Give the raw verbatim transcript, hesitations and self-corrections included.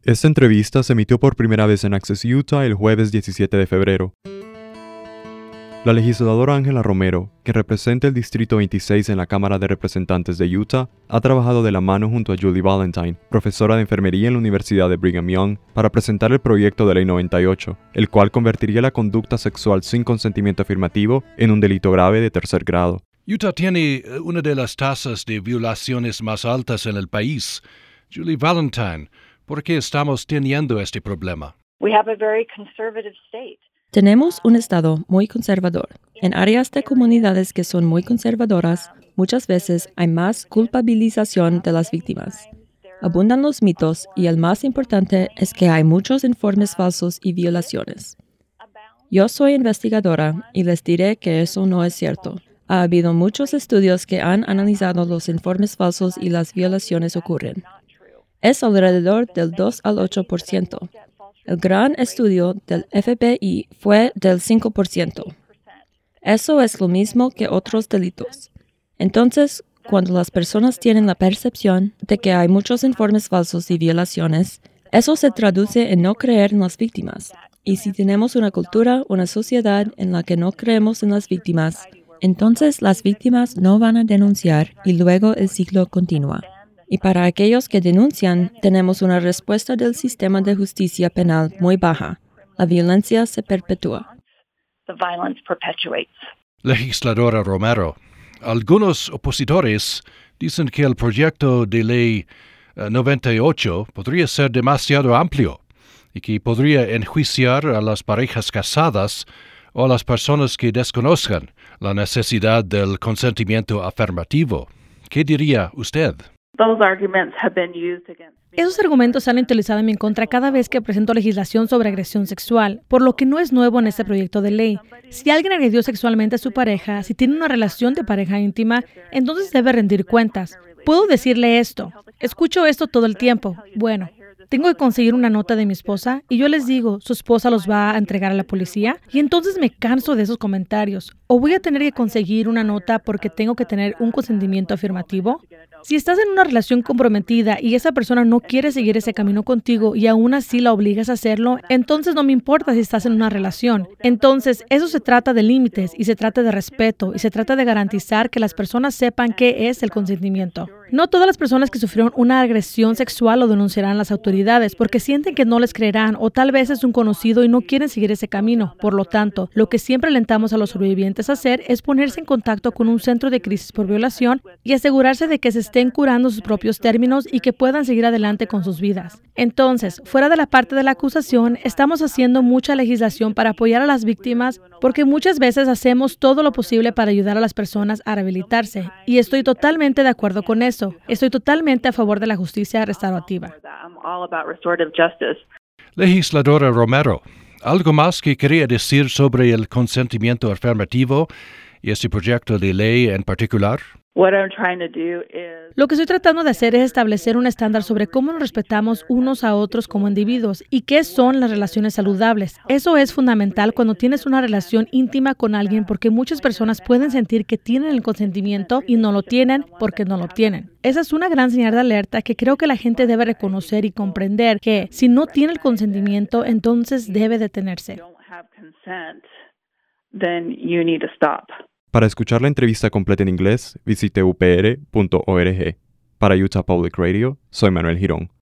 Esta entrevista se emitió por primera vez en Access Utah el jueves diecisiete de febrero. La legisladora Ángela Romero, que representa el Distrito veintiséis en la Cámara de Representantes de Utah, ha trabajado de la mano junto a Julie Valentine, profesora de enfermería en la Universidad de Brigham Young, para presentar el proyecto de Ley noventa y ocho, el cual convertiría la conducta sexual sin consentimiento afirmativo en un delito grave de tercer grado. Utah tiene una de las tasas de violaciones más altas en el país. Julie Valentine, ¿por qué estamos teniendo este problema? We have a very conservative state. Tenemos un estado muy conservador. En áreas de comunidades que son muy conservadoras, muchas veces hay más culpabilización de las víctimas. Abundan los mitos y el más importante es que hay muchos informes falsos y violaciones. Yo soy investigadora y les diré que eso no es cierto. Ha habido muchos estudios que han analizado los informes falsos y las violaciones ocurren. Es alrededor del dos al ocho por ciento. El gran estudio del F B I fue del cinco por ciento. Eso es lo mismo que otros delitos. Entonces, cuando las personas tienen la percepción de que hay muchos informes falsos y violaciones, eso se traduce en no creer en las víctimas. Y si tenemos una cultura, una sociedad en la que no creemos en las víctimas, entonces las víctimas no van a denunciar y luego el ciclo continúa. Y para aquellos que denuncian, tenemos una respuesta del sistema de justicia penal muy baja. La violencia se perpetúa. The violence perpetuates. Legisladora Romero, algunos opositores dicen que el proyecto de ley eh, noventa y ocho podría ser demasiado amplio y que podría enjuiciar a las parejas casadas o a las personas que desconozcan la necesidad del consentimiento afirmativo. ¿Qué diría usted? Those arguments have been used against me. Esos argumentos se han utilizado en mi contra cada vez que presento legislación sobre agresión sexual, por lo que no es nuevo en este proyecto de ley. Si alguien agredió sexualmente a su pareja, si tiene una relación de pareja íntima, entonces debe rendir cuentas. Puedo decirle esto. Escucho esto todo el tiempo. Bueno, tengo que conseguir una nota de mi esposa y yo les digo, su esposa los va a entregar a la policía y entonces me canso de esos comentarios. ¿O voy a tener que conseguir una nota porque tengo que tener un consentimiento afirmativo? Si estás en una relación comprometida y esa persona no quiere seguir ese camino contigo y aún así la obligas a hacerlo, entonces no me importa si estás en una relación. Entonces, eso se trata de límites y se trata de respeto y se trata de garantizar que las personas sepan qué es el consentimiento. No todas las personas que sufrieron una agresión sexual lo denunciarán a las autoridades porque sienten que no les creerán o tal vez es un conocido y no quieren seguir ese camino. Por lo tanto, lo que siempre alentamos a los sobrevivientes a hacer es ponerse en contacto con un centro de crisis por violación y asegurarse de que se estén curando sus propios términos y que puedan seguir adelante con sus vidas. Entonces, fuera de la parte de la acusación, estamos haciendo mucha legislación para apoyar a las víctimas porque muchas veces hacemos todo lo posible para ayudar a las personas a rehabilitarse. Y estoy totalmente de acuerdo con eso. Estoy totalmente a favor de la justicia restaurativa. I'm all about restorative justice. Legisladora Romero, ¿algo más que quería decir sobre el consentimiento afirmativo y este proyecto de ley en particular? What I'm trying to do is Lo que estoy tratando de hacer es establecer un estándar sobre cómo nos respetamos unos a otros como individuos y qué son las relaciones saludables. Eso es fundamental cuando tienes una relación íntima con alguien porque muchas personas pueden sentir que tienen el consentimiento y no lo tienen porque no lo obtienen. Esa es una gran señal de alerta que creo que la gente debe reconocer y comprender que si no tiene el consentimiento, entonces debe detenerse. don't have consent, then you need to stop. Para escuchar la entrevista completa en inglés, visite u p r punto org. Para Utah Public Radio, soy Manuel Girón.